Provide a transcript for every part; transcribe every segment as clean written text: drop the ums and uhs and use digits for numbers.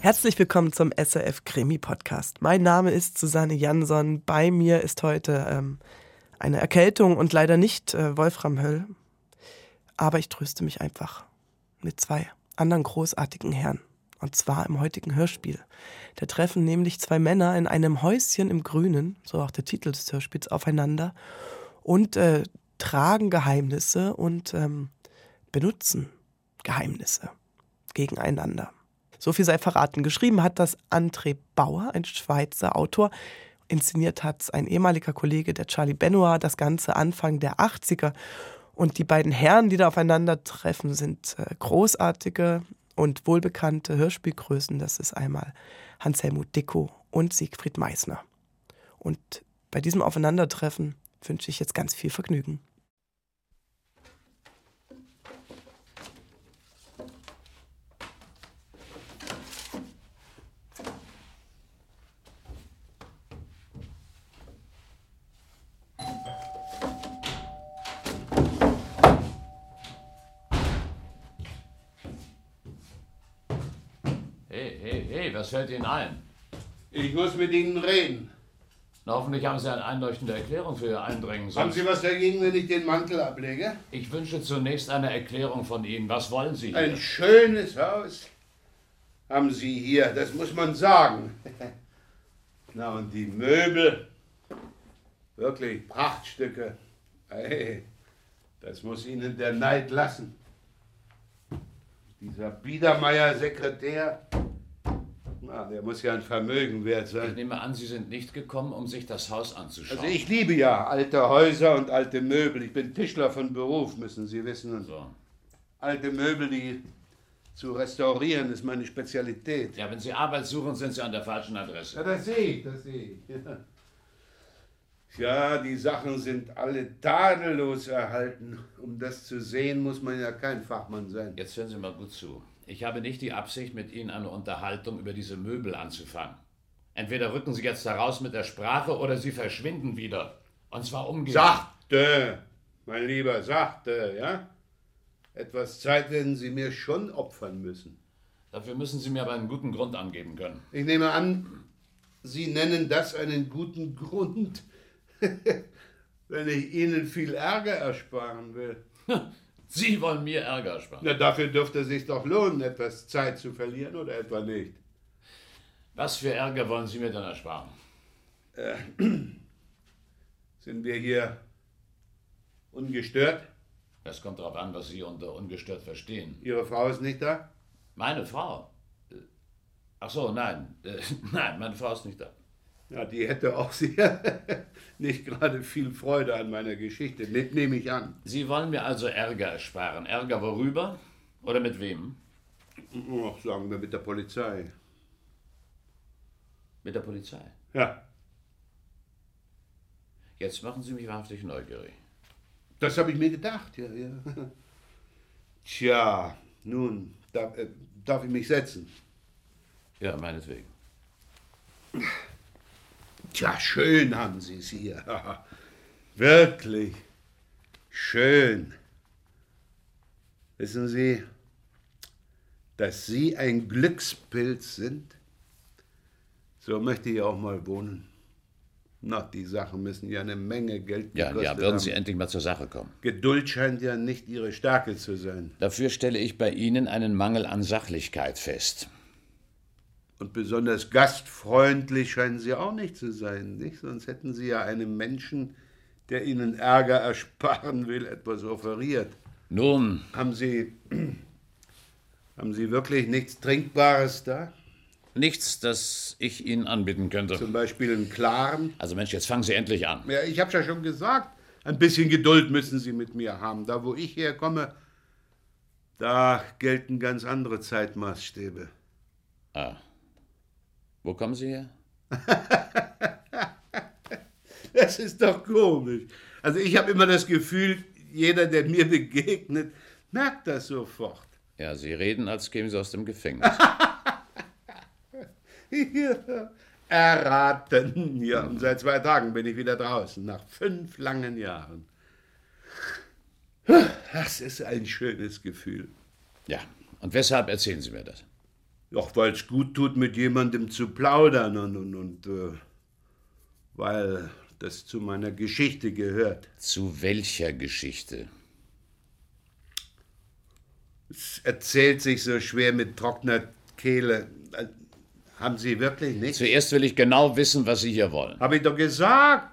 Herzlich willkommen zum SRF Krimi Podcast. Mein Name ist Susanne Jansson. Bei mir ist heute eine Erkältung und leider nicht Wolfram Höll. Aber ich tröste mich einfach mit zwei anderen großartigen Herren. Und zwar im heutigen Hörspiel. Da treffen nämlich zwei Männer in einem Häuschen im Grünen, so auch der Titel des Hörspiels, aufeinander und tragen Geheimnisse und benutzen Geheimnisse gegeneinander. So viel sei verraten. Geschrieben hat das André Bauer, ein Schweizer Autor. Inszeniert hat es ein ehemaliger Kollege, der Charlie Benoit, das Ganze Anfang der 80er. Und die beiden Herren, die da aufeinandertreffen, sind großartige und wohlbekannte Hörspielgrößen. Das ist einmal Hans-Helmut Dickow und Siegfried Meisner. Und bei diesem Aufeinandertreffen wünsche ich jetzt ganz viel Vergnügen. Hey, was fällt Ihnen ein? Ich muss mit Ihnen reden. Na, hoffentlich haben Sie eine einleuchtende Erklärung für Ihr Eindringen. Haben Sie was dagegen, wenn ich den Mantel ablege? Ich wünsche zunächst eine Erklärung von Ihnen. Was wollen Sie hier? Ein schönes Haus haben Sie hier, das muss man sagen. Na, und die Möbel, wirklich Prachtstücke. Hey, das muss Ihnen der Neid lassen. Dieser Biedermeier-Sekretär, na, der muss ja ein Vermögen wert sein. Ich nehme an, Sie sind nicht gekommen, um sich das Haus anzuschauen. Also ich liebe ja alte Häuser und alte Möbel. Ich bin Tischler von Beruf, müssen Sie wissen. Und So. alte Möbel, die zu restaurieren, ist meine Spezialität. Ja, wenn Sie Arbeit suchen, sind Sie an der falschen Adresse. Ja, das sehe ich, das sehe ich. Ja, die Sachen sind alle tadellos erhalten. Um das zu sehen, muss man ja kein Fachmann sein. Jetzt hören Sie mal gut zu. Ich habe nicht die Absicht, mit Ihnen eine Unterhaltung über diese Möbel anzufangen. Entweder rücken Sie jetzt heraus mit der Sprache oder Sie verschwinden wieder. Und zwar umgehend. Sachte, mein Lieber, sachte, ja? Etwas Zeit werden Sie mir schon opfern müssen. Dafür müssen Sie mir aber einen guten Grund angeben können. Ich nehme an, Sie nennen das einen guten Grund, wenn ich Ihnen viel Ärger ersparen will. Sie wollen mir Ärger ersparen. Na, dafür dürfte es sich doch lohnen, etwas Zeit zu verlieren, oder etwa nicht? Was für Ärger wollen Sie mir denn ersparen? Sind wir hier ungestört? Es kommt darauf an, was Sie unter ungestört verstehen. Ihre Frau ist nicht da? Meine Frau? Ach so, nein. Nein, meine Frau ist nicht da. Ja, die hätte auch sicher nicht gerade viel Freude an meiner Geschichte, nehme ich an. Sie wollen mir also Ärger ersparen. Ärger worüber? Oder mit wem? Ach, sagen wir mit der Polizei. Mit der Polizei. Ja, Jetzt machen Sie mich wahrhaftig neugierig. das habe ich mir gedacht, ja. Tja, nun, darf ich mich setzen? Ja, meinetwegen. Tja, schön haben Sie es hier. Wirklich schön. Wissen Sie, dass Sie ein Glückspilz sind? So möchte ich auch mal wohnen. Na, die Sachen müssen ja eine Menge Geld gekostet Ja, würden haben. Sie endlich mal zur Sache kommen. Geduld scheint ja nicht Ihre Stärke zu sein. Dafür stelle ich bei Ihnen einen Mangel an Sachlichkeit fest. Und besonders gastfreundlich scheinen Sie auch nicht zu sein, nicht? Sonst hätten Sie ja einem Menschen, der Ihnen Ärger ersparen will, etwas offeriert. Nun, Haben Sie wirklich nichts Trinkbares da? nichts, das ich Ihnen anbieten könnte. Zum Beispiel einen klaren? Also Mensch, jetzt fangen Sie endlich an. Ja, ich hab's ja schon gesagt. Ein bisschen Geduld müssen Sie mit mir haben. Da, wo ich herkomme, da gelten ganz andere Zeitmaßstäbe. Ah. Wo kommen Sie her? Das ist doch komisch. Also ich habe immer das Gefühl, jeder, der mir begegnet, merkt das sofort. Ja, Sie reden, als kämen Sie aus dem Gefängnis. Ja, erraten. Ja, und seit 2 Tagen bin ich wieder draußen, nach 5 langen Jahren. Das ist ein schönes Gefühl. Ja, und weshalb erzählen Sie mir das? Doch, weil es gut tut, mit jemandem zu plaudern und weil das zu meiner Geschichte gehört. Zu welcher Geschichte? Es erzählt sich so schwer mit trockener Kehle. Haben Sie wirklich nicht? Zuerst will ich genau wissen, was Sie hier wollen. Hab ich doch gesagt.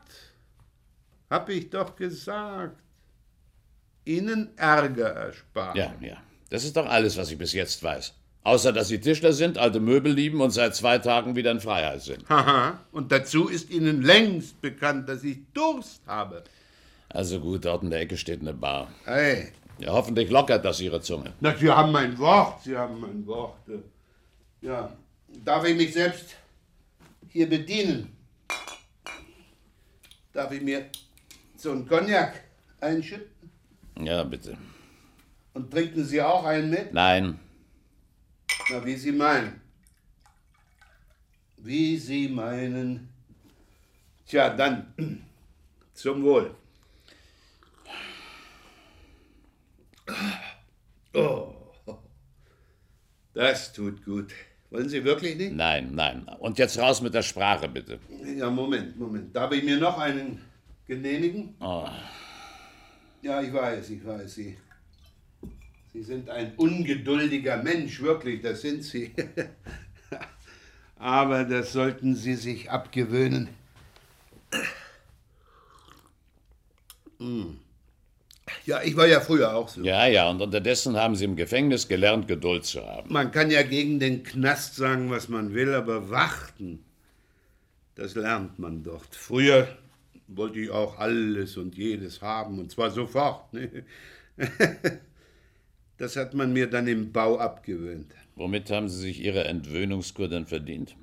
Ihnen Ärger ersparen. Ja. Das ist doch alles, was ich bis jetzt weiß. Außer, dass Sie Tischler sind, alte Möbel lieben und seit 2 Tagen wieder in Freiheit sind. Haha. Und dazu ist Ihnen längst bekannt, dass ich Durst habe. Also gut, dort in der Ecke steht eine Bar. Hey. Ja, hoffentlich lockert das Ihre Zunge. Na, Sie haben mein Wort. Ja. Darf ich mich selbst hier bedienen? Darf ich mir so einen Cognac einschütten? Ja, bitte. Und trinken Sie auch einen mit? Nein. Na, wie Sie meinen. Wie Sie meinen. Tja, dann zum Wohl. Oh, das tut gut. Wollen Sie wirklich nicht? Nein. Und jetzt raus mit der Sprache, bitte. Ja, Moment. Darf ich mir noch einen genehmigen? Oh. Ja, ich weiß. Sie sind ein ungeduldiger Mensch, wirklich, das sind Sie. Aber das sollten Sie sich abgewöhnen. Ja, ich war ja früher auch so. Ja, und unterdessen haben Sie im Gefängnis gelernt, Geduld zu haben. Man kann ja gegen den Knast sagen, was man will, aber warten, das lernt man dort. Früher wollte ich auch alles und jedes haben, und zwar sofort. Ne? Das hat man mir dann im Bau abgewöhnt. Womit haben Sie sich Ihre Entwöhnungskur denn verdient?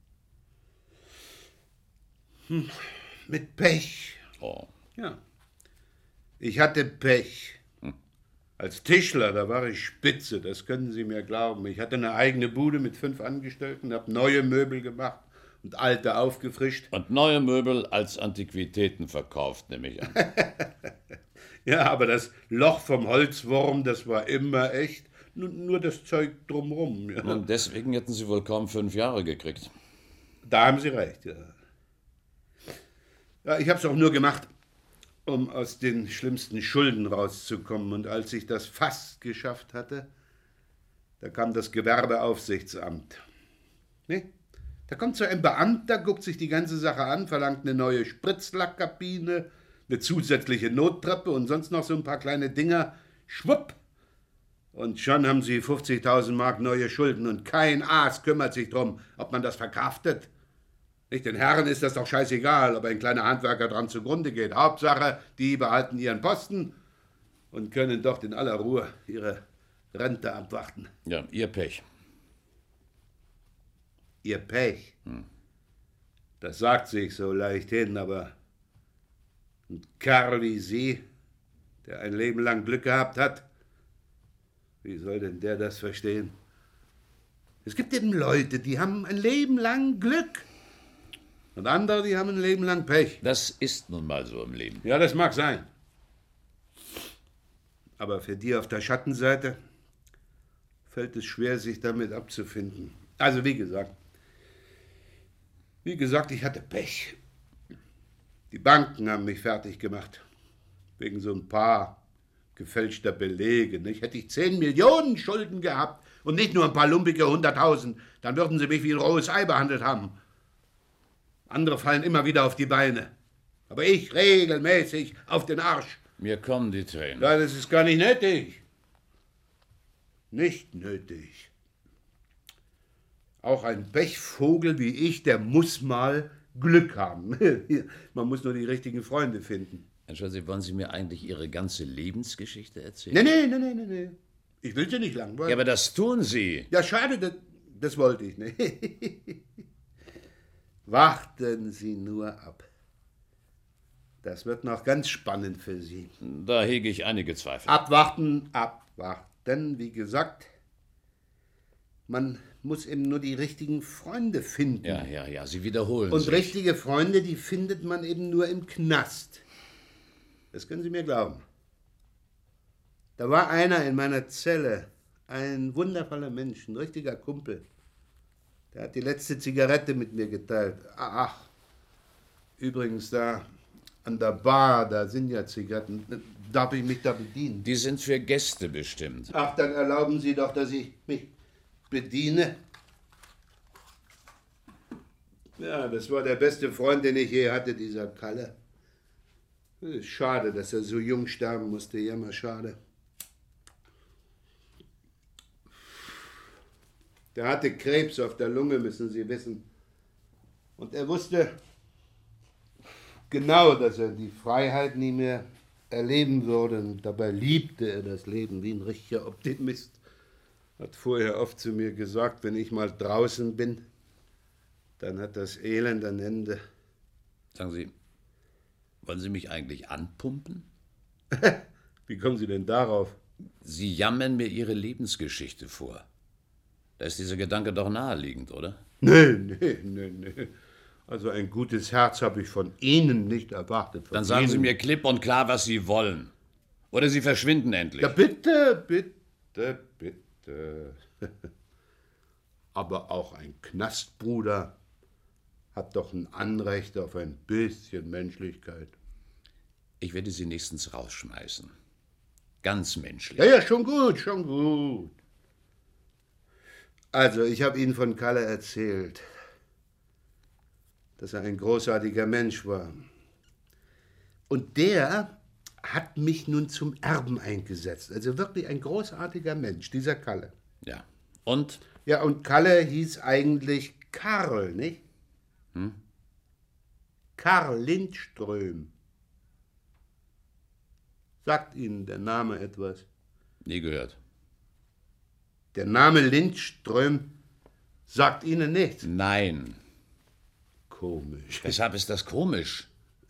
Mit Pech. Oh. Ja. Ich hatte Pech. Als Tischler, da war ich spitze, das können Sie mir glauben. Ich hatte eine eigene Bude mit 5 Angestellten, habe neue Möbel gemacht und alte aufgefrischt. Und neue Möbel als Antiquitäten verkauft, nehme ich an. Ja, aber das Loch vom Holzwurm, das war immer echt. Nur das Zeug drumrum. Ja. Und deswegen hätten Sie wohl kaum 5 Jahre gekriegt. Da haben Sie recht, ja. Ja, ich habe es auch nur gemacht, um aus den schlimmsten Schulden rauszukommen. Und als ich das fast geschafft hatte, da kam das Gewerbeaufsichtsamt. Ne? Da kommt so ein Beamter, guckt sich die ganze Sache an, verlangt eine neue Spritzlackkabine, eine zusätzliche Nottreppe und sonst noch so ein paar kleine Dinger. Schwupp! Und schon haben sie 50.000 Mark neue Schulden und kein Aas kümmert sich drum, ob man das verkraftet. Nicht, den Herren ist das doch scheißegal, ob ein kleiner Handwerker dran zugrunde geht. Hauptsache, die behalten ihren Posten und können dort in aller Ruhe ihre Rente abwarten. Ja, Ihr Pech. Ihr Pech. Das sagt sich so leicht hin, aber ein Kerl wie Sie, der ein Leben lang Glück gehabt hat, wie soll denn der das verstehen? Es gibt eben Leute, die haben ein Leben lang Glück. Und andere, die haben ein Leben lang Pech. Das ist nun mal so im Leben. Ja, das mag sein. Aber für die auf der Schattenseite fällt es schwer, sich damit abzufinden. Also wie gesagt, ich hatte Pech. Die Banken haben mich fertig gemacht. Wegen so ein paar gefälschter Belege. Nicht? Hätte ich 10 Millionen Schulden gehabt und nicht nur ein paar lumpige 100.000, dann würden sie mich wie ein rohes Ei behandelt haben. Andere fallen immer wieder auf die Beine. Aber ich regelmäßig auf den Arsch. Mir kommen die Tränen. Ja, das ist gar nicht nötig. Nicht nötig. Auch ein Pechvogel wie ich, der muss mal Glück haben. Man muss nur die richtigen Freunde finden. Entschuldigen Sie, wollen Sie mir eigentlich Ihre ganze Lebensgeschichte erzählen? Nee. Ich will Sie nicht langweilen. Ja, aber das tun Sie. Ja, schade, das wollte ich nicht. Warten Sie nur ab. Das wird noch ganz spannend für Sie. Da hege ich einige Zweifel. Abwarten. Wie gesagt, man muss eben nur die richtigen Freunde finden. Ja, Sie wiederholen Und sich. richtige Freunde, die findet man eben nur im Knast. Das können Sie mir glauben. Da war einer in meiner Zelle, ein wundervoller Mensch, ein richtiger Kumpel. Der hat die letzte Zigarette mit mir geteilt. Ach, übrigens da an der Bar, da sind ja Zigaretten. Darf ich mich da bedienen? Die sind für Gäste bestimmt. Ach, dann erlauben Sie doch, dass ich mich bediene. Ja, das war der beste Freund, den ich je hatte, dieser Kalle. Es ist schade, dass er so jung sterben musste. Jammer schade. Der hatte Krebs auf der Lunge, müssen Sie wissen. Und er wusste genau, dass er die Freiheit nie mehr erleben würde. Und dabei liebte er das Leben wie ein richtiger Optimist. Hat vorher oft zu mir gesagt, wenn ich mal draußen bin, dann hat das Elend ein Ende. Sagen Sie, wollen Sie mich eigentlich anpumpen? Wie kommen Sie denn darauf? Sie jammern mir Ihre Lebensgeschichte vor. Da ist dieser Gedanke doch naheliegend, oder? Nee. Also ein gutes Herz habe ich von Ihnen nicht erwartet. Dann sagen Sie mir klipp und klar, was Sie wollen. Oder Sie verschwinden endlich. Ja, bitte. Aber auch ein Knastbruder hat doch ein Anrecht auf ein bisschen Menschlichkeit. Ich werde Sie nächstens rausschmeißen. Ganz menschlich. Ja, schon gut. Also, ich habe Ihnen von Kalle erzählt, dass er ein großartiger Mensch war. Und der hat mich nun zum Erben eingesetzt. Also wirklich ein großartiger Mensch, dieser Kalle. Ja. Und? Ja, und Kalle hieß eigentlich Karl, nicht? Karl Lindström. Sagt Ihnen der Name etwas? Nie gehört. Der Name Lindström sagt Ihnen nichts? Nein. Komisch. Weshalb ist das komisch?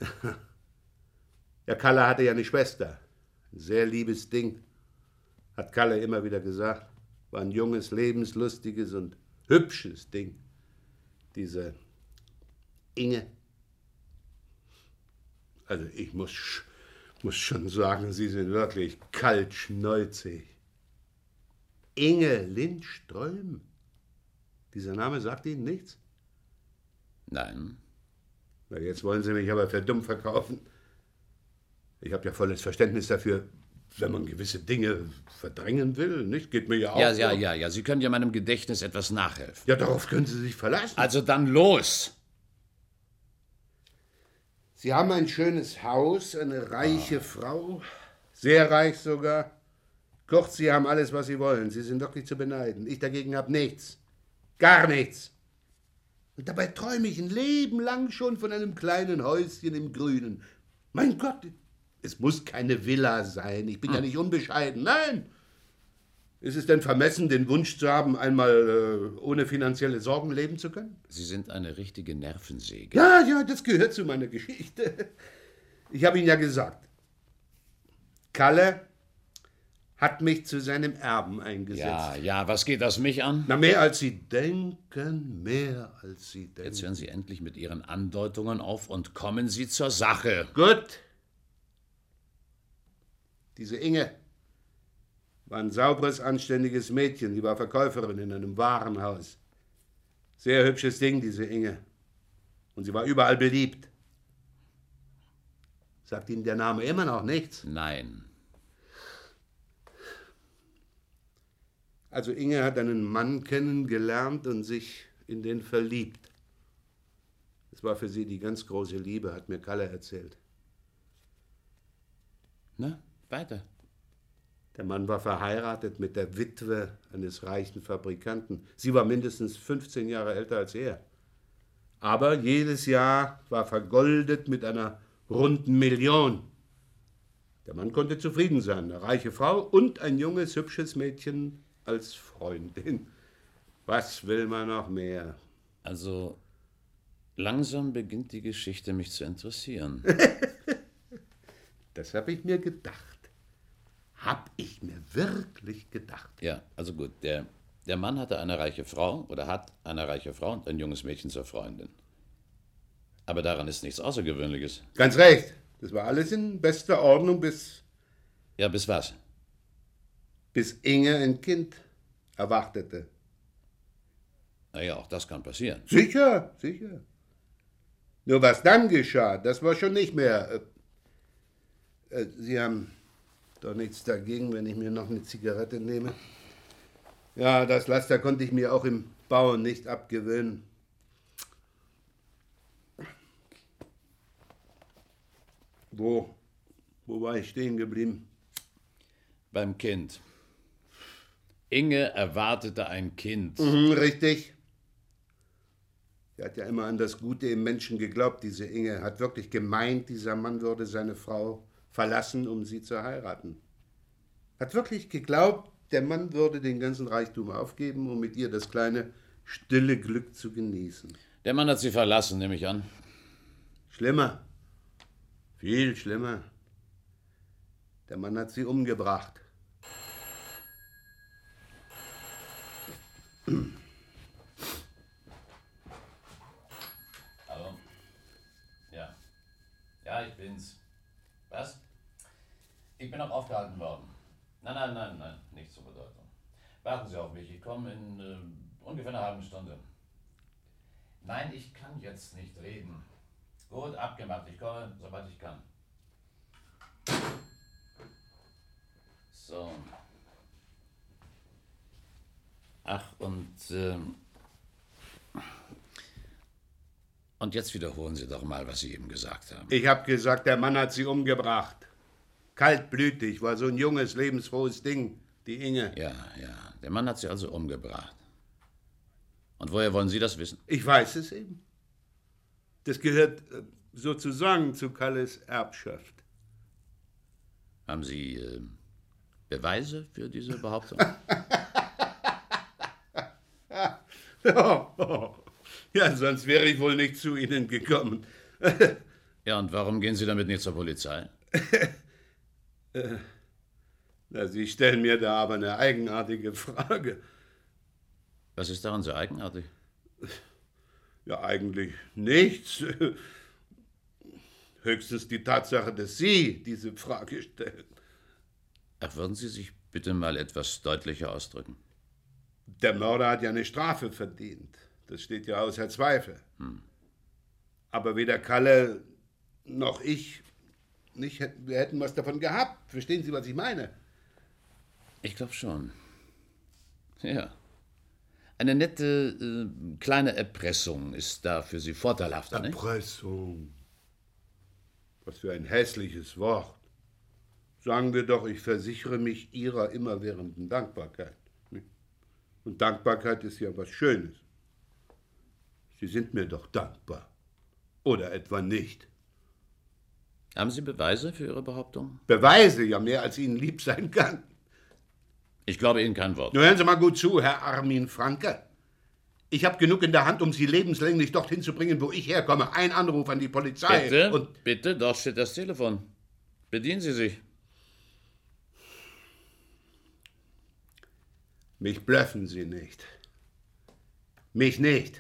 Ja, Kalle hatte ja eine Schwester. Ein sehr liebes Ding. Hat Kalle immer wieder gesagt. War ein junges, lebenslustiges und hübsches Ding. Diese Inge. Also ich muss schon sagen, Sie sind wirklich kaltschnäuzig. Inge Lindström? Dieser Name sagt Ihnen nichts? Nein. Na, jetzt wollen Sie mich aber für dumm verkaufen. Ich habe ja volles Verständnis dafür, wenn man gewisse Dinge verdrängen will, nicht? Geht mir ja auch so. Ja. Sie können ja meinem Gedächtnis etwas nachhelfen. Ja, darauf können Sie sich verlassen. Also dann los! Sie haben ein schönes Haus, eine reiche Frau, sehr reich sogar. Kurz, Sie haben alles, was Sie wollen. Sie sind wirklich zu beneiden. Ich dagegen habe nichts. Gar nichts. Und dabei träume ich ein Leben lang schon von einem kleinen Häuschen im Grünen. Mein Gott, es muss keine Villa sein. Ich bin ja nicht unbescheiden. Nein! Ist es denn vermessen, den Wunsch zu haben, einmal ohne finanzielle Sorgen leben zu können? Sie sind eine richtige Nervensäge. Ja, das gehört zu meiner Geschichte. Ich habe Ihnen ja gesagt, Kalle hat mich zu seinem Erben eingesetzt. Ja, was geht das mich an? Na, mehr als Sie denken, mehr als Sie denken. Jetzt hören Sie endlich mit Ihren Andeutungen auf und kommen Sie zur Sache. Gut. Diese Inge war ein sauberes, anständiges Mädchen. Die war Verkäuferin in einem Warenhaus. Sehr hübsches Ding, diese Inge. Und sie war überall beliebt. Sagt Ihnen der Name immer noch nichts? Nein. Also Inge hat einen Mann kennengelernt und sich in den verliebt. Das war für sie die ganz große Liebe, hat mir Kalle erzählt. Na, weiter. Der Mann war verheiratet mit der Witwe eines reichen Fabrikanten. Sie war mindestens 15 Jahre älter als er. Aber jedes Jahr war vergoldet mit einer runden Million. Der Mann konnte zufrieden sein. Eine reiche Frau und ein junges, hübsches Mädchen als Freundin. Was will man noch mehr? Also, langsam beginnt die Geschichte mich zu interessieren. Das habe ich mir gedacht. Hab ich mir wirklich gedacht. Ja, also gut. Der Mann hatte eine reiche Frau oder hat eine reiche Frau und ein junges Mädchen zur Freundin. Aber daran ist nichts Außergewöhnliches. Ganz recht. Das war alles in bester Ordnung bis... Ja, bis was? Bis Inge ein Kind erwartete. Naja, auch das kann passieren. Sicher, sicher. Nur was dann geschah, das war schon nicht mehr... Sie haben doch nichts dagegen, wenn ich mir noch eine Zigarette nehme? Ja, das Laster konnte ich mir auch im Bauen nicht abgewöhnen. Wo war ich stehen geblieben? Beim Kind. Inge erwartete ein Kind. Richtig. Sie hat ja immer an das Gute im Menschen geglaubt, diese Inge. Hat wirklich gemeint, dieser Mann würde seine Frau verlassen, um sie zu heiraten. Hat wirklich geglaubt, der Mann würde den ganzen Reichtum aufgeben, um mit ihr das kleine, stille Glück zu genießen. Der Mann hat sie verlassen, nehme ich an. Schlimmer. Viel schlimmer. Der Mann hat sie umgebracht. Hallo? Ja. Ja, ich bin's. Was? Ich bin noch aufgehalten worden. Nein, nichts zur Bedeutung. Warten Sie auf mich, ich komme in ungefähr einer halben Stunde. Nein, ich kann jetzt nicht reden. Gut, abgemacht, ich komme, sobald ich kann. So. Ach, und jetzt wiederholen Sie doch mal, was Sie eben gesagt haben. Ich habe gesagt, der Mann hat sie umgebracht. Kaltblütig, war so ein junges, lebensfrohes Ding, die Inge. Ja, der Mann hat sie also umgebracht. Und woher wollen Sie das wissen? Ich weiß es eben. Das gehört sozusagen zu Kalles Erbschaft. Haben Sie Beweise für diese Behauptung? Ja, sonst wäre ich wohl nicht zu Ihnen gekommen. Ja, und warum gehen Sie damit nicht zur Polizei? Na, Sie stellen mir da aber eine eigenartige Frage. Was ist daran so eigenartig? Ja, eigentlich nichts. Höchstens die Tatsache, dass Sie diese Frage stellen. Ach, würden Sie sich bitte mal etwas deutlicher ausdrücken? Der Mörder hat ja eine Strafe verdient. Das steht ja außer Zweifel. Aber weder Kalle noch ich wir hätten was davon gehabt. Verstehen Sie, was ich meine? Ich glaube schon. Ja. Eine nette kleine Erpressung ist da für Sie vorteilhafter, nicht? Erpressung. Was für ein hässliches Wort. Sagen wir doch, ich versichere mich Ihrer immerwährenden Dankbarkeit. Und Dankbarkeit ist ja was Schönes. Sie sind mir doch dankbar. Oder etwa nicht? Haben Sie Beweise für Ihre Behauptung? Beweise, ja mehr als Ihnen lieb sein kann. Ich glaube Ihnen kein Wort. Nur hören Sie mal gut zu, Herr Armin Franke. Ich habe genug in der Hand, um Sie lebenslänglich dorthin zu bringen, wo ich herkomme. Ein Anruf an die Polizei. Bitte, bitte, dort steht das Telefon. Bedienen Sie sich. Mich blöffen Sie nicht. Mich nicht.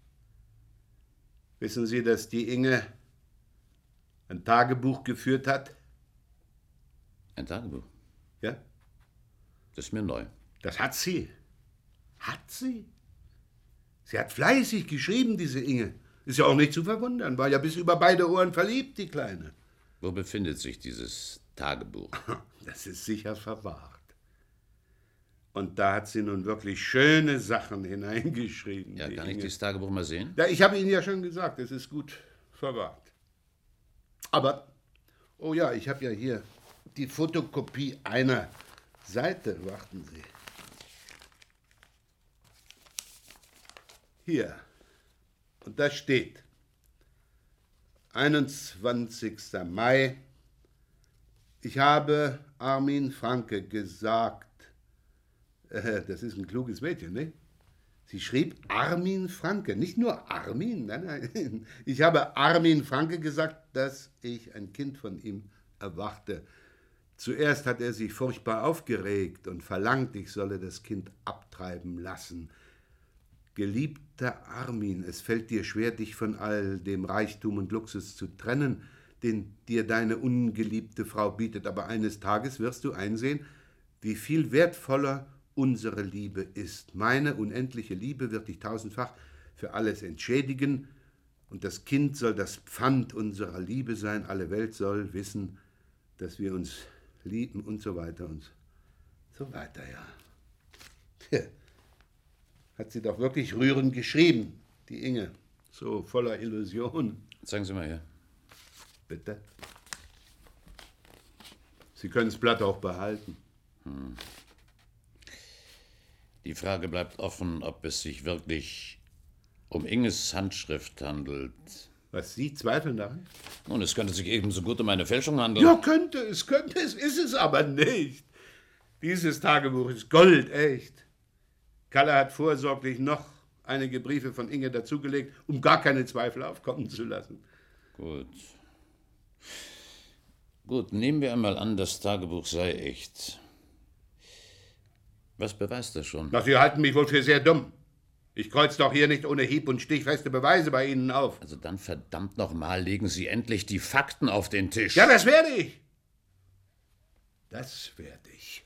Wissen Sie, dass die Inge ein Tagebuch geführt hat? Ein Tagebuch? Ja? Das ist mir neu. Das hat sie. Hat sie? Sie hat fleißig geschrieben, diese Inge. Ist ja auch nicht zu verwundern. War ja bis über beide Ohren verliebt, die Kleine. Wo befindet sich dieses Tagebuch? Das ist sicher verwahrt. Und da hat sie nun wirklich schöne Sachen hineingeschrieben. Ja, kann ich dieses Tagebuch mal sehen? Ja, ich habe Ihnen ja schon gesagt, es ist gut verwahrt. Aber, oh ja, ich habe ja hier die Fotokopie einer Seite. Warten Sie. Hier. Und da steht 21. Mai. Ich habe Armin Franke gesagt. Das ist ein kluges Mädchen, ne? Sie schrieb Armin Franke, nicht nur Armin, nein. Ich habe Armin Franke gesagt, dass ich ein Kind von ihm erwarte. Zuerst hat er sich furchtbar aufgeregt und verlangt, ich solle das Kind abtreiben lassen. Geliebter Armin, es fällt dir schwer, dich von all dem Reichtum und Luxus zu trennen, den dir deine ungeliebte Frau bietet. Aber eines Tages wirst du einsehen, wie viel wertvoller unsere Liebe ist. Meine unendliche Liebe wird dich tausendfach für alles entschädigen, und das Kind soll das Pfand unserer Liebe sein. Alle Welt soll wissen, dass wir uns lieben und so weiter und so weiter, ja. Hat sie doch wirklich rührend geschrieben, die Inge. So voller Illusionen. Zeigen Sie mal her. Bitte? Sie können das Blatt auch behalten. Die Frage bleibt offen, ob es sich wirklich um Inges Handschrift handelt. Was, Sie zweifeln daran? Nun, es könnte sich ebenso gut um eine Fälschung handeln. Ja, könnte es, ist es aber nicht. Dieses Tagebuch ist goldecht. Kalle hat vorsorglich noch einige Briefe von Inge dazugelegt, um gar keine Zweifel aufkommen zu lassen. Gut, nehmen wir einmal an, das Tagebuch sei echt. Was beweist das schon? Na, Sie halten mich wohl für sehr dumm. Ich kreuz doch hier nicht ohne hieb- und stichfeste Beweise bei Ihnen auf. Also dann verdammt nochmal, legen Sie endlich die Fakten auf den Tisch. Ja, das werde ich. Das werde ich.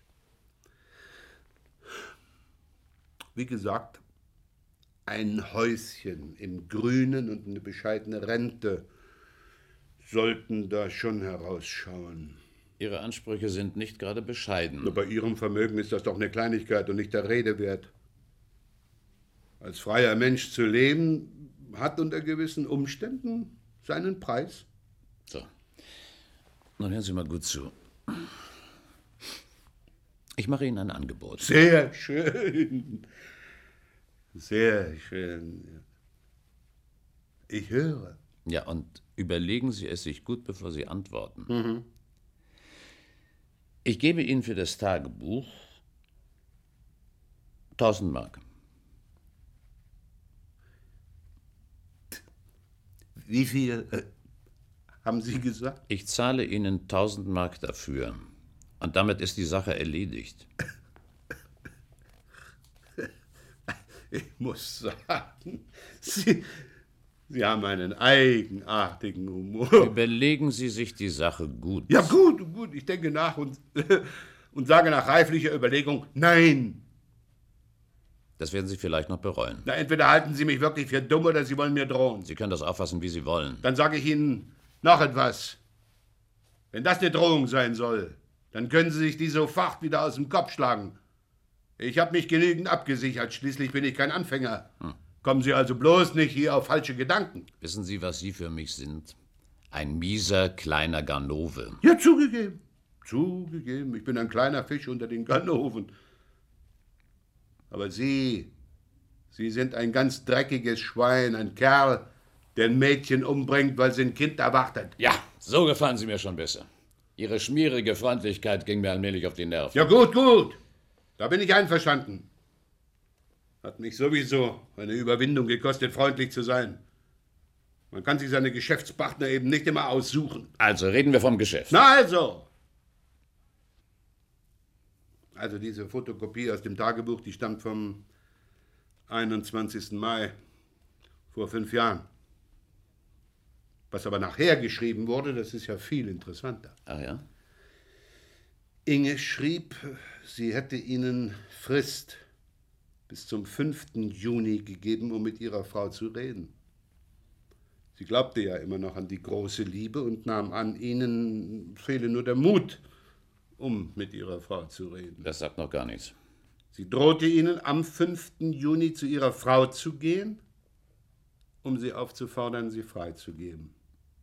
Wie gesagt, ein Häuschen im Grünen und eine bescheidene Rente sollten da schon herausschauen. Ihre Ansprüche sind nicht gerade bescheiden. Nur bei Ihrem Vermögen ist das doch eine Kleinigkeit und nicht der Rede wert. Als freier Mensch zu leben, hat unter gewissen Umständen seinen Preis. So, nun hören Sie mal gut zu. Ich mache Ihnen ein Angebot. Sehr schön. Sehr schön. Ich höre. Ja, und überlegen Sie es sich gut, bevor Sie antworten. Ich gebe Ihnen für das Tagebuch 1000 Mark. Wie viel haben Sie gesagt? Ich zahle Ihnen 1000 Mark dafür. Und damit ist die Sache erledigt. Ich muss sagen, Sie haben einen eigenartigen Humor. Überlegen Sie sich die Sache gut. Ja, gut. Ich denke nach und sage nach reiflicher Überlegung, nein. Das werden Sie vielleicht noch bereuen. Na, entweder halten Sie mich wirklich für dumm oder Sie wollen mir drohen. Sie können das auffassen, wie Sie wollen. Dann sage ich Ihnen noch etwas. Wenn das eine Drohung sein soll, dann können Sie sich die sofort wieder aus dem Kopf schlagen. Ich habe mich genügend abgesichert, schließlich bin ich kein Anfänger. Kommen Sie also bloß nicht hier auf falsche Gedanken. Wissen Sie, was Sie für mich sind? Ein mieser, kleiner Ganove. Ja, zugegeben. Ich bin ein kleiner Fisch unter den Ganoven. Aber Sie sind ein ganz dreckiges Schwein, ein Kerl, der ein Mädchen umbringt, weil sie ein Kind erwartet. Ja, so gefallen Sie mir schon besser. Ihre schmierige Freundlichkeit ging mir allmählich auf die Nerven. Ja, gut. Da bin ich einverstanden. Hat mich sowieso eine Überwindung gekostet, freundlich zu sein. Man kann sich seine Geschäftspartner eben nicht immer aussuchen. Also reden wir vom Geschäft. Na also! Also diese Fotokopie aus dem Tagebuch, die stammt vom 21. Mai vor 5 Jahren. Was aber nachher geschrieben wurde, das ist ja viel interessanter. Ach ja? Inge schrieb, sie hätte Ihnen Frist bis zum 5. Juni gegeben, um mit ihrer Frau zu reden. Sie glaubte ja immer noch an die große Liebe und nahm an, Ihnen fehle nur der Mut, um mit ihrer Frau zu reden. Das sagt noch gar nichts. Sie drohte Ihnen, am 5. Juni zu Ihrer Frau zu gehen, um sie aufzufordern, sie freizugeben.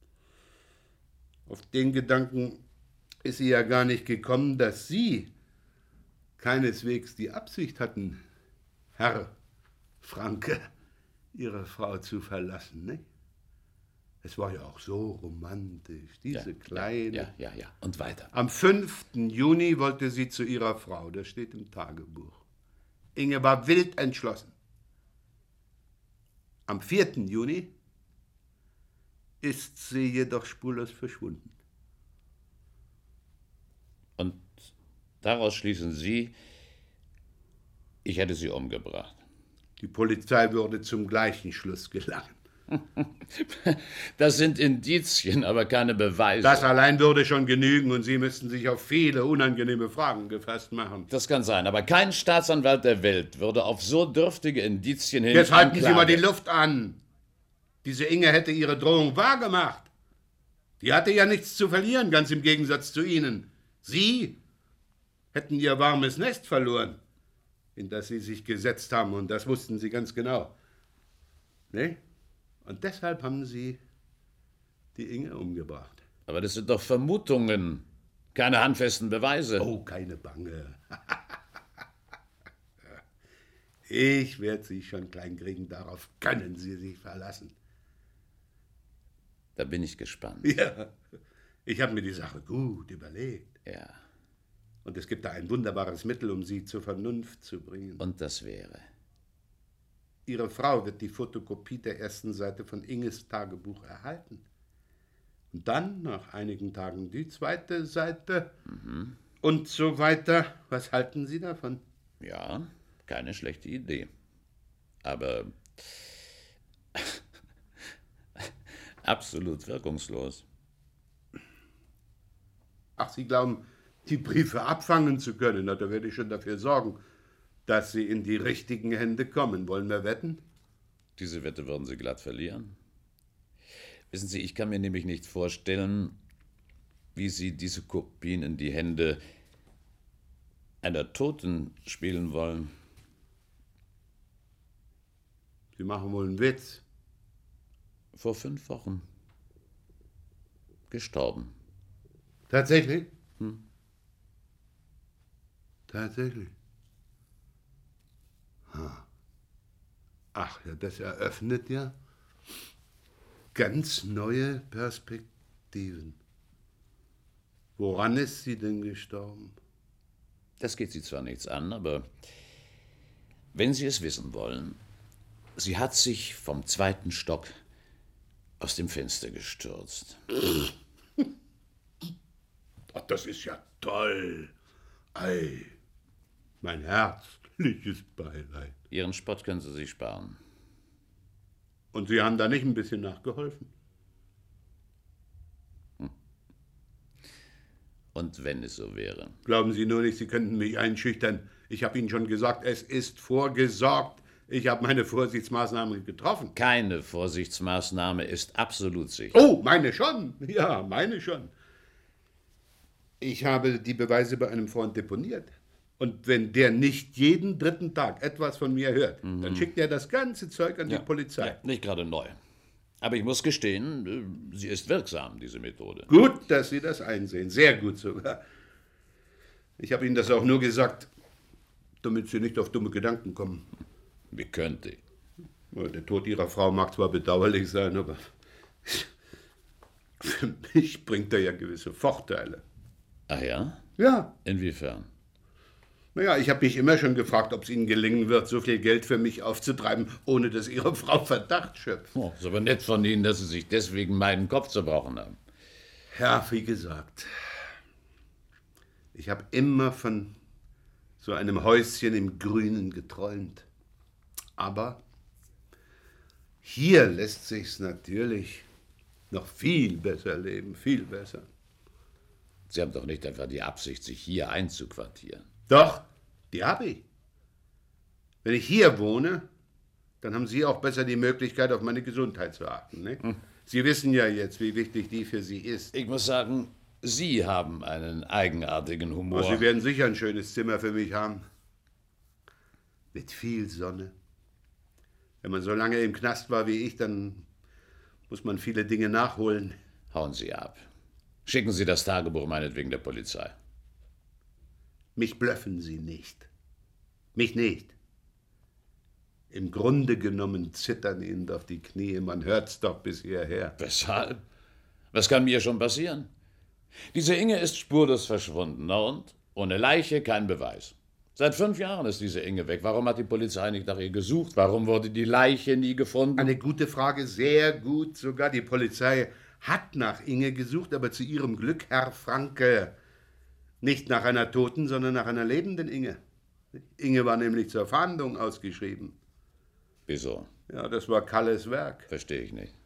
Auf den Gedanken ist sie ja gar nicht gekommen, dass Sie keineswegs die Absicht hatten, Herr Franke, Ihre Frau zu verlassen, nicht? Es war ja auch so romantisch, diese kleine... Ja. Und weiter. Am 5. Juni wollte sie zu ihrer Frau, das steht im Tagebuch. Inge war wild entschlossen. Am 4. Juni ist sie jedoch spurlos verschwunden. Und daraus schließen Sie, ich hätte sie umgebracht. Die Polizei würde zum gleichen Schluss gelangen. Das sind Indizien, aber keine Beweise. Das allein würde schon genügen und Sie müssten sich auf viele unangenehme Fragen gefasst machen. Das kann sein, aber kein Staatsanwalt der Welt würde auf so dürftige Indizien hin... Jetzt halten Sie mal die Luft an. Diese Inge hätte ihre Drohung wahrgemacht. Die hatte ja nichts zu verlieren, ganz im Gegensatz zu Ihnen. Sie hätten ihr warmes Nest verloren, in das Sie sich gesetzt haben, und das wussten Sie ganz genau. Ne? Und deshalb haben Sie die Inge umgebracht. Aber das sind doch Vermutungen, keine handfesten Beweise. Oh, keine Bange. Ich werde Sie schon klein kriegen, darauf können Sie sich verlassen. Da bin ich gespannt. Ja, ich habe mir die Sache gut überlegt. Ja. Und es gibt da ein wunderbares Mittel, um Sie zur Vernunft zu bringen. Und das wäre? Ihre Frau wird die Fotokopie der ersten Seite von Inges Tagebuch erhalten. Und dann, nach einigen Tagen, die zweite Seite und so weiter. Was halten Sie davon? Ja, keine schlechte Idee. Aber absolut wirkungslos. Ach, Sie glauben, die Briefe abfangen zu können? Na, da werde ich schon dafür sorgen, dass sie in die richtigen Hände kommen. Wollen wir wetten? Diese Wette würden Sie glatt verlieren. Wissen Sie, ich kann mir nämlich nicht vorstellen, wie Sie diese Kopien in die Hände einer Toten spielen wollen. Sie machen wohl einen Witz. Vor 5 Wochen. Gestorben. Tatsächlich? Tatsächlich. Ach ja, das eröffnet ja ganz neue Perspektiven. Woran ist sie denn gestorben? Das geht Sie zwar nichts an, aber wenn Sie es wissen wollen, sie hat sich vom 2. Stock aus dem Fenster gestürzt. Ach, das ist ja toll. Ei, mein herzliches Beileid. Ihren Spott können Sie sich sparen. Und Sie haben da nicht ein bisschen nachgeholfen? Und wenn es so wäre? Glauben Sie nur nicht, Sie könnten mich einschüchtern. Ich habe Ihnen schon gesagt, es ist vorgesorgt. Ich habe meine Vorsichtsmaßnahmen getroffen. Keine Vorsichtsmaßnahme ist absolut sicher. Oh, meine schon. Ja, meine schon. Ich habe die Beweise bei einem Freund deponiert. Und wenn der nicht jeden 3. Tag etwas von mir hört, dann schickt er das ganze Zeug an die Polizei. Ja, nicht gerade neu. Aber ich muss gestehen, sie ist wirksam, diese Methode. Gut, dass Sie das einsehen. Sehr gut sogar. Ich habe Ihnen das auch nur gesagt, damit Sie nicht auf dumme Gedanken kommen. Wie könnte ich? Der Tod Ihrer Frau mag zwar bedauerlich sein, aber für mich bringt er ja gewisse Vorteile. Ach ja? Ja. Inwiefern? Naja, ich habe mich immer schon gefragt, ob es Ihnen gelingen wird, so viel Geld für mich aufzutreiben, ohne dass Ihre Frau Verdacht schöpft. Oh, ist aber nett von Ihnen, dass Sie sich deswegen meinen Kopf zerbrochen haben. Ja, wie gesagt, ich habe immer von so einem Häuschen im Grünen geträumt. Aber hier lässt sich's natürlich noch viel besser leben, viel besser. Sie haben doch nicht einfach die Absicht, sich hier einzuquartieren. Doch, die habe ich. Wenn ich hier wohne, dann haben Sie auch besser die Möglichkeit, auf meine Gesundheit zu achten. Ne? Sie wissen ja jetzt, wie wichtig die für Sie ist. Ich muss sagen, Sie haben einen eigenartigen Humor. Oh, Sie werden sicher ein schönes Zimmer für mich haben. Mit viel Sonne. Wenn man so lange im Knast war wie ich, dann muss man viele Dinge nachholen. Hauen Sie ab. Schicken Sie das Tagebuch meinetwegen der Polizei. Mich blöffen Sie nicht. Mich nicht. Im Grunde genommen zittern Ihnen doch die Knie, man hört's doch bis hierher. Weshalb? Was kann mir schon passieren? Diese Inge ist spurlos verschwunden, na und? Ohne Leiche kein Beweis. Seit 5 Jahren ist diese Inge weg. Warum hat die Polizei nicht nach ihr gesucht? Warum wurde die Leiche nie gefunden? Eine gute Frage, sehr gut sogar. Die Polizei hat nach Inge gesucht, aber zu ihrem Glück, Herr Franke, nicht nach einer toten, sondern nach einer lebenden Inge. Inge war nämlich zur Fahndung ausgeschrieben. Wieso? Ja, das war Kalles Werk. Verstehe ich nicht.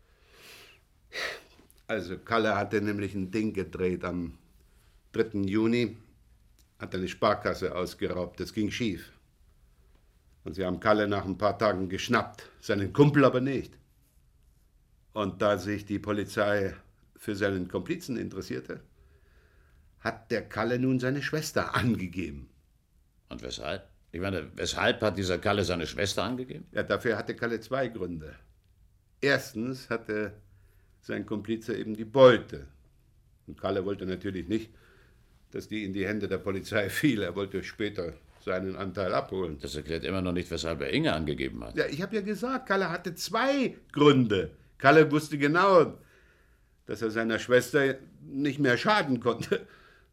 Also Kalle hatte nämlich ein Ding gedreht. Am 3. Juni hat er eine Sparkasse ausgeraubt. Das ging schief. Und sie haben Kalle nach ein paar Tagen geschnappt, seinen Kumpel aber nicht. Und da sich die Polizei für seinen Komplizen interessierte, hat der Kalle nun seine Schwester angegeben. Und weshalb? Ich meine, weshalb hat dieser Kalle seine Schwester angegeben? Ja, dafür hatte Kalle 2 Gründe. Erstens hatte sein Komplize eben die Beute. Und Kalle wollte natürlich nicht, dass die in die Hände der Polizei fiel. Er wollte später seinen Anteil abholen. Das erklärt immer noch nicht, weshalb er Inge angegeben hat. Ja, ich habe ja gesagt, Kalle hatte 2 Gründe. Kalle wusste genau, dass er seiner Schwester nicht mehr schaden konnte.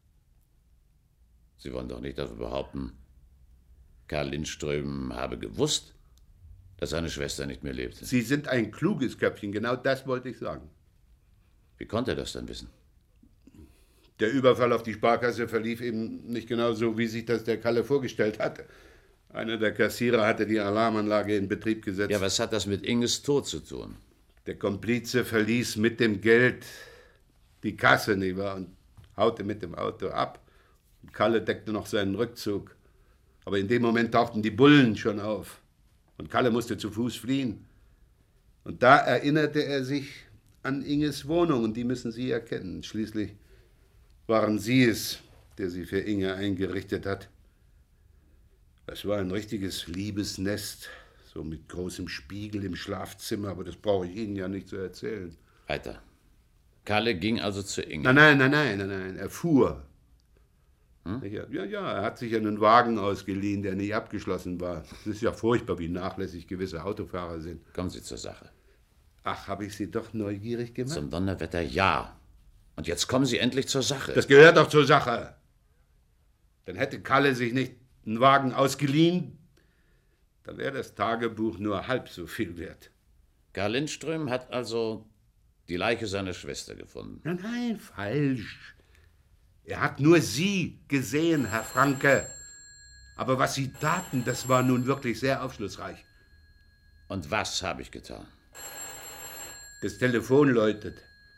Sie wollen doch nicht dafür behaupten, Karl Lindström habe gewusst, dass seine Schwester nicht mehr lebte. Sie sind ein kluges Köpfchen, genau das wollte ich sagen. Wie konnte er das denn wissen? Der Überfall auf die Sparkasse verlief eben nicht genau so, wie sich das der Kalle vorgestellt hatte. Einer der Kassierer hatte die Alarmanlage in Betrieb gesetzt. Ja, was hat das mit Inges Tod zu tun? Der Komplize verließ mit dem Geld die Kasse, nicht wahr, und haute mit dem Auto ab. Und Kalle deckte noch seinen Rückzug. Aber in dem Moment tauchten die Bullen schon auf. Und Kalle musste zu Fuß fliehen. Und da erinnerte er sich an Inges Wohnung, und die müssen Sie erkennen. Schließlich waren Sie es, der sie für Inge eingerichtet hat. Es war ein richtiges Liebesnest, so mit großem Spiegel im Schlafzimmer, aber das brauche ich Ihnen ja nicht zu erzählen. Weiter. Kalle ging also zu Inge. Nein, er fuhr. Ja, er hat sich einen Wagen ausgeliehen, der nicht abgeschlossen war. Es ist ja furchtbar, wie nachlässig gewisse Autofahrer sind. Kommen Sie zur Sache. Ach, habe ich Sie doch neugierig gemacht? Zum Donnerwetter ja. Und jetzt kommen Sie endlich zur Sache. Das gehört doch zur Sache. Dann hätte Kalle sich nicht einen Wagen ausgeliehen, dann wäre das Tagebuch nur halb so viel wert. Karl Lindström hat also die Leiche seiner Schwester gefunden. Nein, falsch. Er hat nur Sie gesehen, Herr Franke. Aber was Sie taten, das war nun wirklich sehr aufschlussreich. Und was habe ich getan? Das Telefon läutet.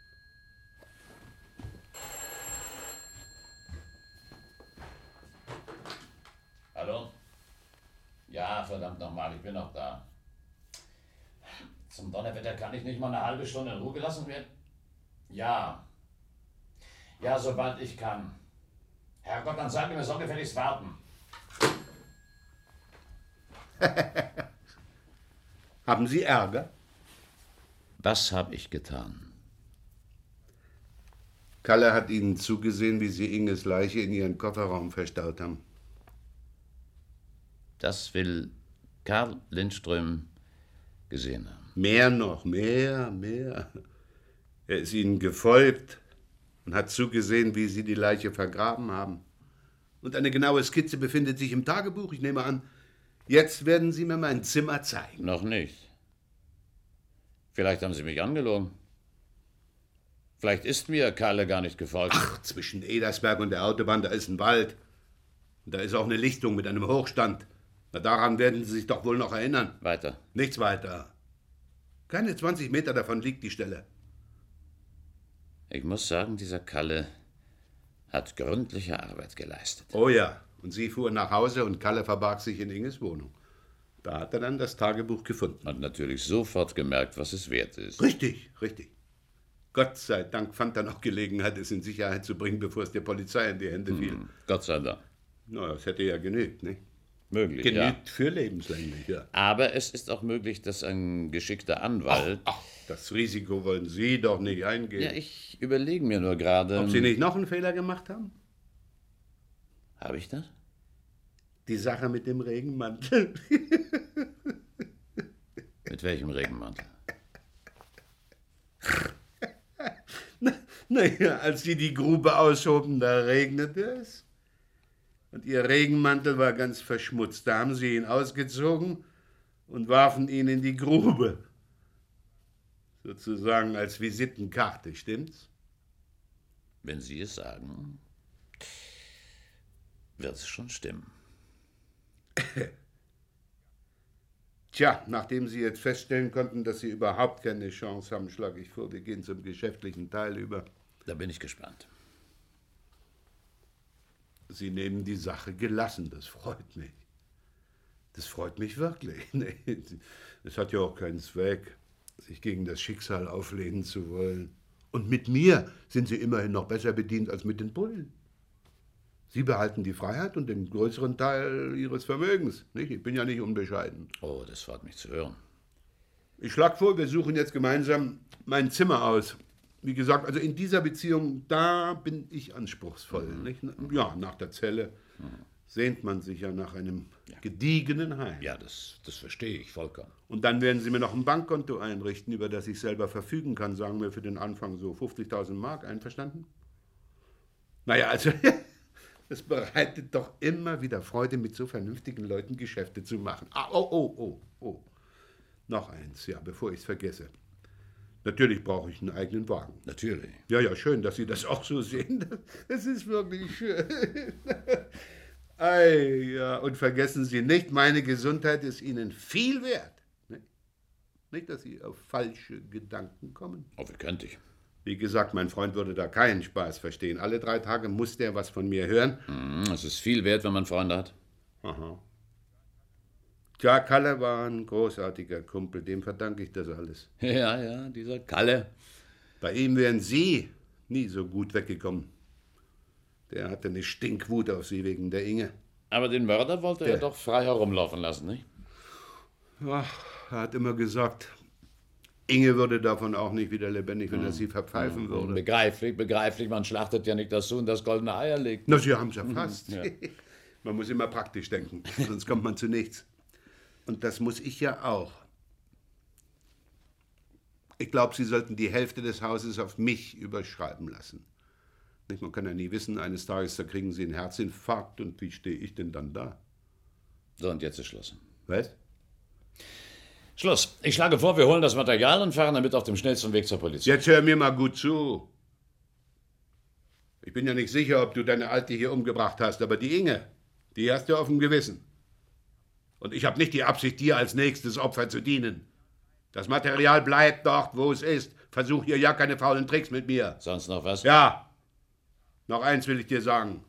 Hallo? Ja, verdammt nochmal, ich bin noch da. Zum Donnerwetter kann ich nicht mal eine halbe Stunde in Ruhe gelassen werden? Ja. Ja, sobald ich kann. Herrgott, dann sagen wir, soll gefälligst warten. Haben Sie Ärger? Was habe ich getan? Kalle hat Ihnen zugesehen, wie Sie Inges Leiche in Ihren Kofferraum verstaut haben. Das will Karl Lindström gesehen haben. Mehr noch, mehr. Er ist Ihnen gefolgt und hat zugesehen, wie Sie die Leiche vergraben haben. Und eine genaue Skizze befindet sich im Tagebuch. Ich nehme an, jetzt werden Sie mir mein Zimmer zeigen. Noch nicht. Vielleicht haben Sie mich angelogen. Vielleicht ist mir Kalle gar nicht gefolgt. Ach, zwischen Edersberg und der Autobahn, da ist ein Wald. Und da ist auch eine Lichtung mit einem Hochstand. Na, daran werden Sie sich doch wohl noch erinnern. Weiter. Nichts weiter. Keine 20 Meter davon liegt die Stelle. Ich muss sagen, dieser Kalle hat gründliche Arbeit geleistet. Oh ja, und Sie fuhren nach Hause und Kalle verbarg sich in Inges Wohnung. Da hat er dann das Tagebuch gefunden. Hat natürlich sofort gemerkt, was es wert ist. Richtig. Gott sei Dank fand er noch Gelegenheit, es in Sicherheit zu bringen, bevor es der Polizei in die Hände fiel. Gott sei Dank. Na, das hätte ja genügt, nicht? Möglich, Genügt für lebenslänglich, ja. Aber es ist auch möglich, dass ein geschickter Anwalt... Ach, das Risiko wollen Sie doch nicht eingehen. Ja, ich überlege mir nur gerade... Ob Sie nicht noch einen Fehler gemacht haben? Habe ich das? Die Sache mit dem Regenmantel. Mit welchem Regenmantel? Naja, als Sie die Grube aushoben, da regnete es. Und Ihr Regenmantel war ganz verschmutzt. Da haben Sie ihn ausgezogen und warfen ihn in die Grube. Sozusagen als Visitenkarte, stimmt's? Wenn Sie es sagen, wird es schon stimmen. Tja, nachdem Sie jetzt feststellen konnten, dass Sie überhaupt keine Chance haben, schlage ich vor, wir gehen zum geschäftlichen Teil über. Da bin ich gespannt. Sie nehmen die Sache gelassen, das freut mich. Das freut mich wirklich. Nee, es hat ja auch keinen Zweck, sich gegen das Schicksal auflehnen zu wollen. Und mit mir sind Sie immerhin noch besser bedient als mit den Bullen. Sie behalten die Freiheit und den größeren Teil Ihres Vermögens. Nicht? Ich bin ja nicht unbescheiden. Oh, das freut mich zu hören. Ich schlage vor, wir suchen jetzt gemeinsam mein Zimmer aus. Wie gesagt, also in dieser Beziehung, da bin ich anspruchsvoll. Nicht? Ja, nach der Zelle sehnt man sich ja nach einem gediegenen Heim. Ja, das verstehe ich vollkommen. Und dann werden Sie mir noch ein Bankkonto einrichten, über das ich selber verfügen kann, sagen wir für den Anfang so 50.000 Mark, einverstanden? Naja, also, es bereitet doch immer wieder Freude, mit so vernünftigen Leuten Geschäfte zu machen. Oh. Noch eins, ja, bevor ich es vergesse. Natürlich brauche ich einen eigenen Wagen. Natürlich. Ja, schön, dass Sie das auch so sehen. Das ist wirklich schön. Ei, ja, und vergessen Sie nicht, meine Gesundheit ist Ihnen viel wert. Nicht, dass Sie auf falsche Gedanken kommen. Oh, wie könnte ich? Wie gesagt, mein Freund würde da keinen Spaß verstehen. Alle 3 Tage muss der was von mir hören. Es ist viel wert, wenn man Freunde hat. Aha. Tja, Kalle war ein großartiger Kumpel, dem verdanke ich das alles. Ja, dieser Kalle. Bei ihm wären Sie nie so gut weggekommen. Der hatte eine Stinkwut auf Sie wegen der Inge. Aber den Mörder wollte er doch frei herumlaufen lassen, nicht? Ach, er hat immer gesagt, Inge würde davon auch nicht wieder lebendig, wenn er sie verpfeifen würde. Begreiflich, man schlachtet ja nicht das Huhn, das goldene Eier legt. Na, Sie haben es erfasst. Ja. Man muss immer praktisch denken, sonst kommt man zu nichts. Und das muss ich ja auch. Ich glaube, Sie sollten die Hälfte des Hauses auf mich überschreiben lassen. Nicht, man kann ja nie wissen, eines Tages, da kriegen Sie einen Herzinfarkt und wie stehe ich denn dann da? So, und jetzt ist Schluss. Was? Schluss. Ich schlage vor, wir holen das Material und fahren damit auf dem schnellsten Weg zur Polizei. Jetzt hör mir mal gut zu. Ich bin ja nicht sicher, ob du deine Alte hier umgebracht hast, aber die Inge, die hast du auf dem Gewissen. Und ich habe nicht die Absicht, dir als nächstes Opfer zu dienen. Das Material bleibt dort, wo es ist. Versuch hier ja keine faulen Tricks mit mir. Sonst noch was? Ja. Noch eins will ich dir sagen.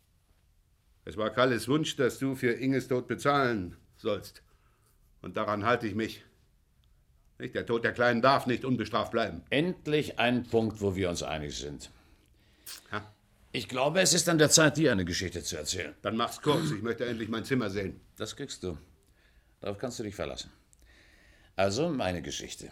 Es war Kalles Wunsch, dass du für Inges Tod bezahlen sollst. Und daran halte ich mich. Nicht? Der Tod der Kleinen darf nicht unbestraft bleiben. Endlich ein Punkt, wo wir uns einig sind. Ja. Ich glaube, es ist an der Zeit, dir eine Geschichte zu erzählen. Dann mach's kurz. Ich möchte endlich mein Zimmer sehen. Das kriegst du. Darauf kannst du dich verlassen. Also meine Geschichte.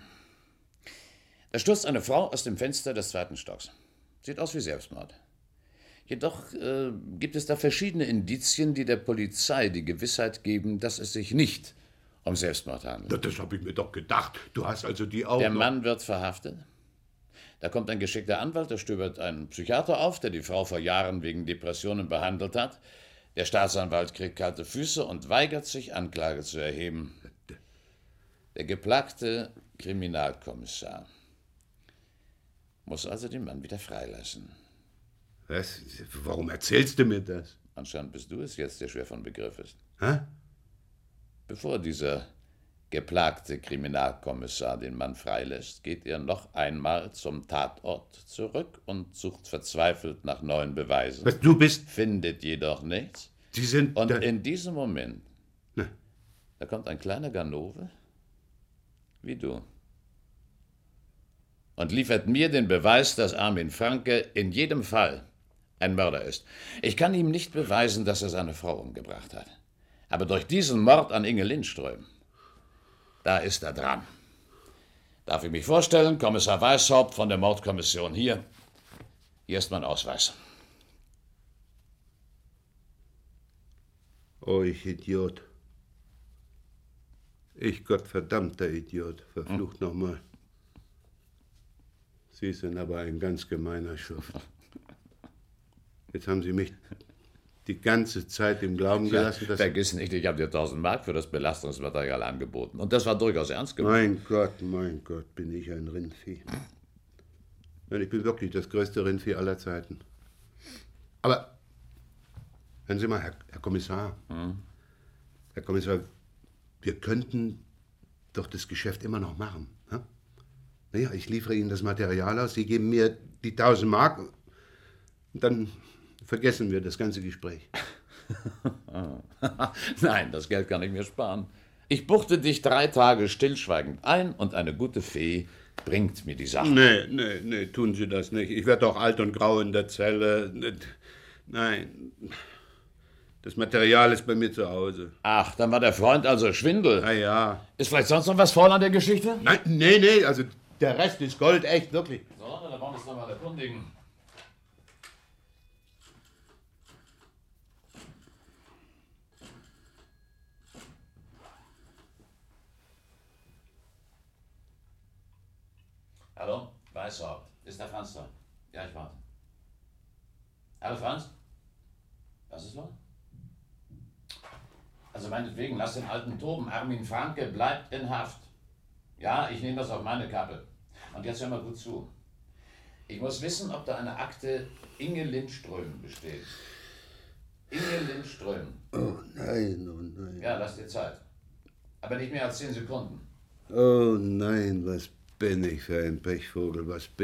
Da stürzt eine Frau aus dem Fenster des 2. Stocks. Sieht aus wie Selbstmord. Jedoch gibt es da verschiedene Indizien, die der Polizei die Gewissheit geben, dass es sich nicht um Selbstmord handelt. Das habe ich mir doch gedacht. Du hast also die auch Der noch... Mann wird verhaftet. Da kommt ein geschickter Anwalt, der stöbert einen Psychiater auf, der die Frau vor Jahren wegen Depressionen behandelt hat. Der Staatsanwalt kriegt kalte Füße und weigert sich, Anklage zu erheben. Der geplagte Kriminalkommissar muss also den Mann wieder freilassen. Was? Warum erzählst du mir das? Anscheinend bist du es jetzt, der schwer von Begriff ist. Hä? Bevor dieser geplagte Kriminalkommissar den Mann freilässt, geht er noch einmal zum Tatort zurück und sucht verzweifelt nach neuen Beweisen. Was, du bist... Findet jedoch nichts. Sie sind... Und in diesem Moment, Ne. da kommt ein kleiner Ganove, wie du, und liefert mir den Beweis, dass Armin Franke in jedem Fall ein Mörder ist. Ich kann ihm nicht beweisen, dass er seine Frau umgebracht hat. Aber durch diesen Mord an Inge Lindström, da ist er dran. Darf ich mich vorstellen, Kommissar Weishaupt von der Mordkommission hier. Hier ist mein Ausweis. Oh, ich Idiot. Ich gottverdammter Idiot. Verflucht nochmal. Sie sind aber ein ganz gemeiner Schuft. Jetzt haben Sie mich die ganze Zeit im Glauben gelassen, dass... Vergiss nicht, ich habe dir 1000 Mark für das Belastungsmaterial angeboten. Und das war durchaus ernst gemeint. Mein Gott, bin ich ein Rindvieh. Nein, ich bin wirklich das größte Rindvieh aller Zeiten. Aber, hören Sie mal, Herr Kommissar. Herr Kommissar, wir könnten doch das Geschäft immer noch machen. Ja? Naja, ich liefere Ihnen das Material aus, Sie geben mir die 1000 Mark und dann vergessen wir das ganze Gespräch. Nein, das Geld kann ich mir sparen. Ich buchte dich 3 Tage stillschweigend ein und eine gute Fee bringt mir die Sache. Nee, tun Sie das nicht. Ich werde doch alt und grau in der Zelle. Nein, das Material ist bei mir zu Hause. Ach, dann war der Freund also Schwindel. Na ja. Ist vielleicht sonst noch was faul an der Geschichte? Nein, nee, also der Rest ist Gold, echt, wirklich. So, dann wollen wir uns noch mal erkundigen. Hallo, Weißhaupt. Ist der Franz da? Ja, ich warte. Hallo, Franz? Was ist los? Also meinetwegen, lass den alten toben. Armin Franke bleibt in Haft. Ja, ich nehme das auf meine Kappe. Und jetzt hör mal gut zu. Ich muss wissen, ob da eine Akte Inge Lindström besteht. Inge Lindström. Oh nein. Ja, lass dir Zeit. Aber nicht mehr als 10 Sekunden. Oh nein, was bin ich für ein Pechvogel,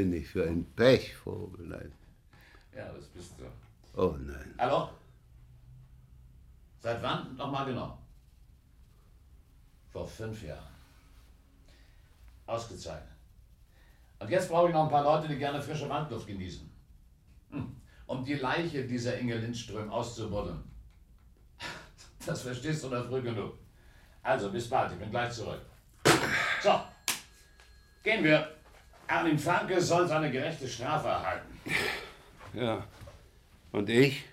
nein. Ja, das bist du. Oh nein. Hallo? Seit wann nochmal genau? Vor 5 Jahren. Ausgezeichnet. Und jetzt brauche ich noch ein paar Leute, die gerne frische Wandluft genießen. Um die Leiche dieser Inge Lindström auszubuddeln. Das verstehst du noch früh genug. Also, bis bald, ich bin gleich zurück. So, gehen wir. Armin Franke soll seine gerechte Strafe erhalten. Ja, und ich?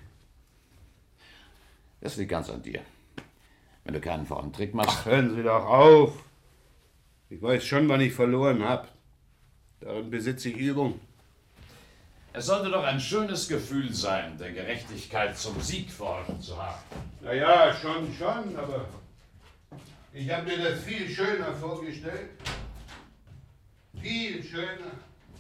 Das liegt ganz an dir. Wenn du keinen faulen Trick machst... Ach, hören Sie doch auf. Ich weiß schon, wann ich verloren habe. Darin besitze ich Übung. Es sollte doch ein schönes Gefühl sein, der Gerechtigkeit zum Sieg verholfen zu haben. Na ja, schon, aber ich habe mir das viel schöner vorgestellt. Viel schöner.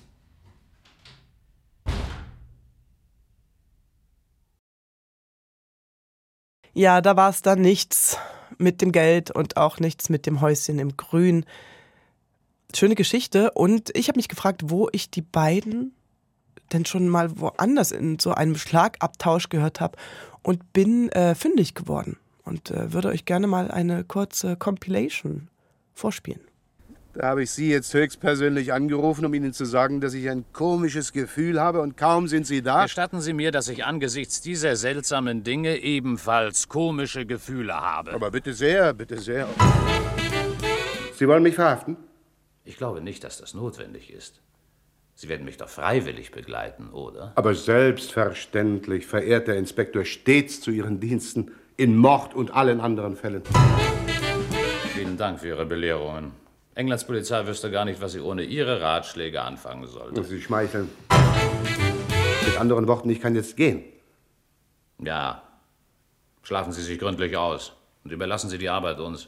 Ja, da war es dann nichts mit dem Geld und auch nichts mit dem Häuschen im Grün. Schöne Geschichte. Und ich habe mich gefragt, wo ich die beiden denn schon mal woanders in so einem Schlagabtausch gehört habe und bin fündig geworden. Und würde euch gerne mal eine kurze Compilation vorspielen. Da habe ich Sie jetzt höchstpersönlich angerufen, um Ihnen zu sagen, dass ich ein komisches Gefühl habe und kaum sind Sie da. Gestatten Sie mir, dass ich angesichts dieser seltsamen Dinge ebenfalls komische Gefühle habe. Aber bitte sehr, bitte sehr. Sie wollen mich verhaften? Ich glaube nicht, dass das notwendig ist. Sie werden mich doch freiwillig begleiten, oder? Aber selbstverständlich, verehrter Inspektor, stets zu Ihren Diensten, in Mord und allen anderen Fällen. Vielen Dank für Ihre Belehrungen. Englands Polizei wüsste gar nicht, was sie ohne Ihre Ratschläge anfangen sollte. Sie schmeicheln. Mit anderen Worten, ich kann jetzt gehen. Ja. Schlafen Sie sich gründlich aus und überlassen Sie die Arbeit uns.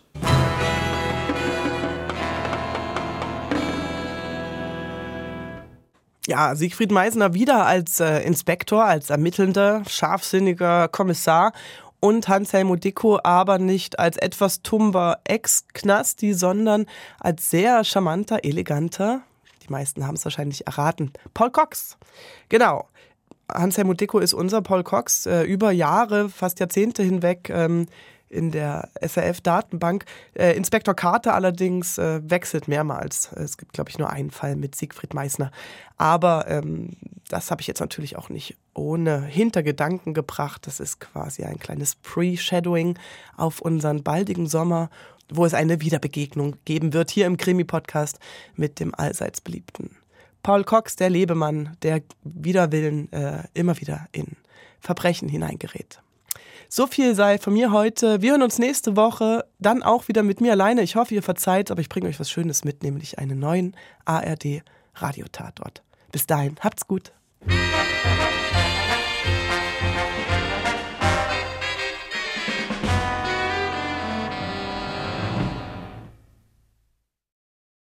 Ja, Siegfried Meisner wieder als Inspektor, als ermittelnder, scharfsinniger Kommissar und Hans-Helmut Dickow aber nicht als etwas tumber Ex-Knasti, sondern als sehr charmanter, eleganter, die meisten haben es wahrscheinlich erraten, Paul Cox. Genau. Hans-Helmut Dickow ist unser Paul Cox, über Jahre, fast Jahrzehnte hinweg in der SRF-Datenbank. Inspektor Carter allerdings wechselt mehrmals. Es gibt, glaube ich, nur einen Fall mit Siegfried Meisner. Aber das habe ich jetzt natürlich auch nicht ohne Hintergedanken gebracht. Das ist quasi ein kleines Pre-Shadowing auf unseren baldigen Sommer, wo es eine Wiederbegegnung geben wird, hier im Krimi-Podcast mit dem allseits beliebten Paul Cox, der Lebemann, der wider Willen immer wieder in Verbrechen hineingerät. So viel sei von mir heute. Wir hören uns nächste Woche, dann auch wieder mit mir alleine. Ich hoffe, ihr verzeiht, aber ich bringe euch was Schönes mit, nämlich einen neuen ARD-Radiotatort. Bis dahin, habt's gut.